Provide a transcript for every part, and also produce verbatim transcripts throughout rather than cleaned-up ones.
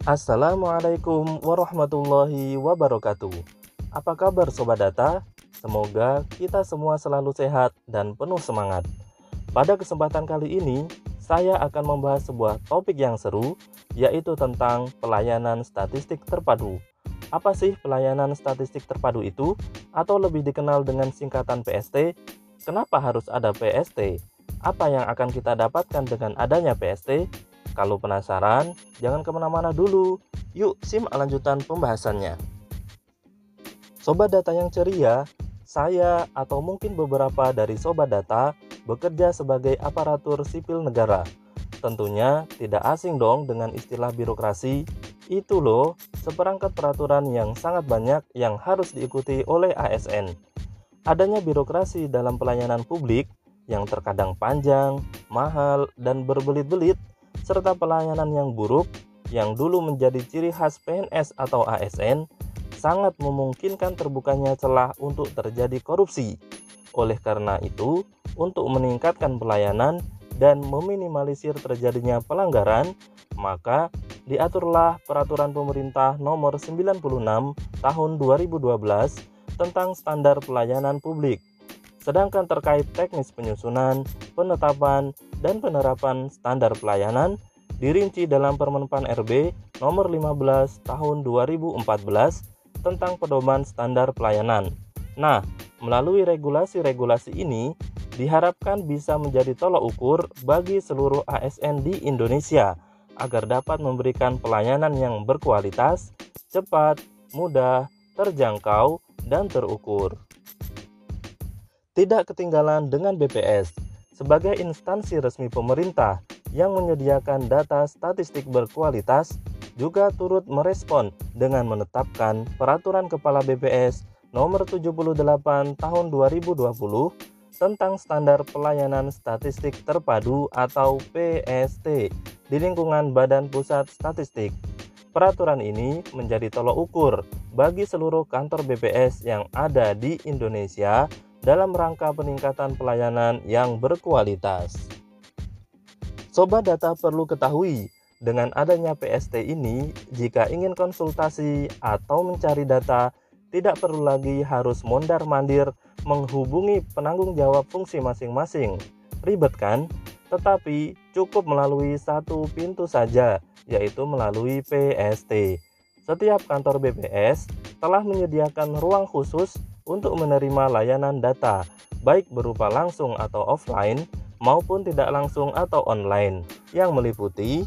Assalamualaikum warahmatullahi wabarakatuh. Apa kabar Sobat Data? Semoga kita semua selalu sehat dan penuh semangat. Pada kesempatan kali ini, saya akan membahas sebuah topik yang seru, yaitu tentang pelayanan statistik terpadu. Apa sih pelayanan statistik terpadu itu? Atau lebih dikenal dengan singkatan P S T? Kenapa harus ada P S T? Apa yang akan kita dapatkan dengan adanya P S T? Kalau penasaran, jangan kemana-mana dulu. Yuk, simak lanjutan pembahasannya. Sobat Data yang ceria, saya atau mungkin beberapa dari Sobat Data bekerja sebagai aparatur sipil negara. Tentunya tidak asing dong dengan istilah birokrasi. Itu loh, seperangkat peraturan yang sangat banyak yang harus diikuti oleh A S N. Adanya birokrasi dalam pelayanan publik yang terkadang panjang, mahal, dan berbelit-belit, serta pelayanan yang buruk yang dulu menjadi ciri khas P N S atau A S N, sangat memungkinkan terbukanya celah untuk terjadi korupsi. Oleh karena itu, untuk meningkatkan pelayanan dan meminimalisir terjadinya pelanggaran, maka diaturlah Peraturan Pemerintah Nomor sembilan puluh enam Tahun dua ribu dua belas tentang Standar Pelayanan Publik. Sedangkan terkait teknis penyusunan, penetapan, dan penerapan standar pelayanan dirinci dalam Permenpan R B Nomor lima belas Tahun dua ribu empat belas tentang Pedoman Standar Pelayanan. Nah, melalui regulasi-regulasi ini diharapkan bisa menjadi tolak ukur bagi seluruh A S N di Indonesia agar dapat memberikan pelayanan yang berkualitas, cepat, mudah, terjangkau, dan terukur. Tidak ketinggalan dengan B P S sebagai instansi resmi pemerintah yang menyediakan data statistik berkualitas, juga turut merespon dengan menetapkan Peraturan Kepala B P S Nomor tujuh puluh delapan Tahun dua ribu dua puluh tentang Standar Pelayanan Statistik Terpadu atau P S T di lingkungan Badan Pusat Statistik. Peraturan ini menjadi tolak ukur bagi seluruh kantor B P S yang ada di Indonesia dalam rangka peningkatan pelayanan yang berkualitas. Sobat Data perlu ketahui, dengan adanya P S T ini, jika ingin konsultasi atau mencari data, tidak perlu lagi harus mondar-mandir menghubungi penanggung jawab fungsi masing-masing. Ribet kan? Tetapi cukup melalui satu pintu saja, yaitu melalui P S T. Setiap kantor B P S telah menyediakan ruang khusus untuk menerima layanan data, baik berupa langsung atau offline, maupun tidak langsung atau online, yang meliputi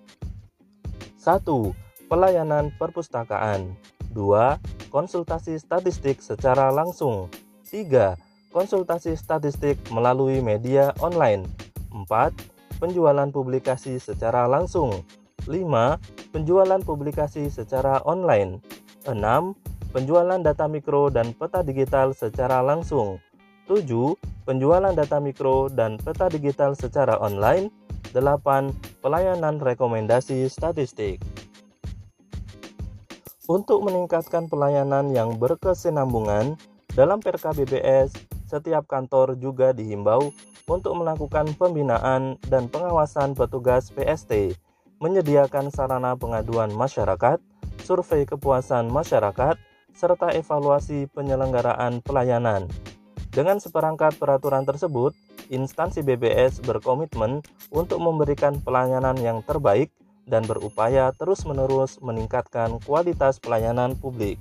satu. Pelayanan perpustakaan. Dua. Konsultasi statistik secara langsung. Tiga. Konsultasi statistik melalui media online. Empat. Penjualan publikasi secara langsung. Lima. Penjualan publikasi secara online. Enam. Penjualan data mikro dan peta digital secara langsung. Tujuh. Penjualan data mikro dan peta digital secara online. Delapan. Pelayanan rekomendasi statistik. Untuk meningkatkan pelayanan yang berkesinambungan dalam P R K B P S, setiap kantor juga dihimbau untuk melakukan pembinaan dan pengawasan petugas P S T, menyediakan sarana pengaduan masyarakat, survei kepuasan masyarakat, serta evaluasi penyelenggaraan pelayanan. Dengan seperangkat peraturan tersebut, instansi B P S berkomitmen untuk memberikan pelayanan yang terbaik dan berupaya terus-menerus meningkatkan kualitas pelayanan publik.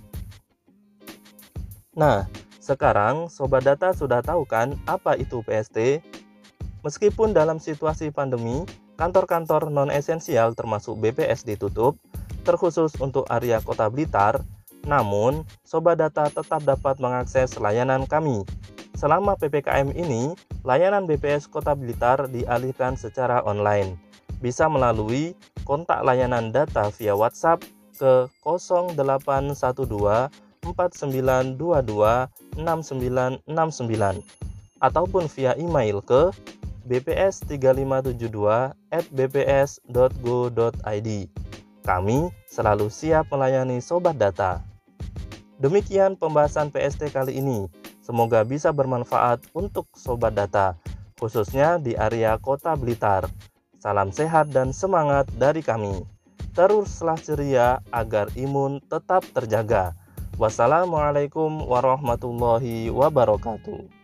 Nah, sekarang Sobat Data sudah tahu kan apa itu P S T? Meskipun dalam situasi pandemi, kantor-kantor non-esensial termasuk B P S ditutup, terkhusus untuk area Kota Blitar, namun Sobat Data tetap dapat mengakses layanan kami. Selama P P K M ini, layanan B P S Kota Blitar dialihkan secara online. Bisa melalui kontak layanan data via WhatsApp ke nol delapan satu dua empat sembilan dua dua enam sembilan enam sembilan ataupun via email ke b p s tiga lima tujuh dua at b p s dot go dot i d. Kami selalu siap melayani Sobat Data. Demikian pembahasan P S T kali ini. Semoga bisa bermanfaat untuk Sobat Data, khususnya di area Kota Blitar. Salam sehat dan semangat dari kami. Teruslah ceria agar imun tetap terjaga. Wassalamualaikum warahmatullahi wabarakatuh.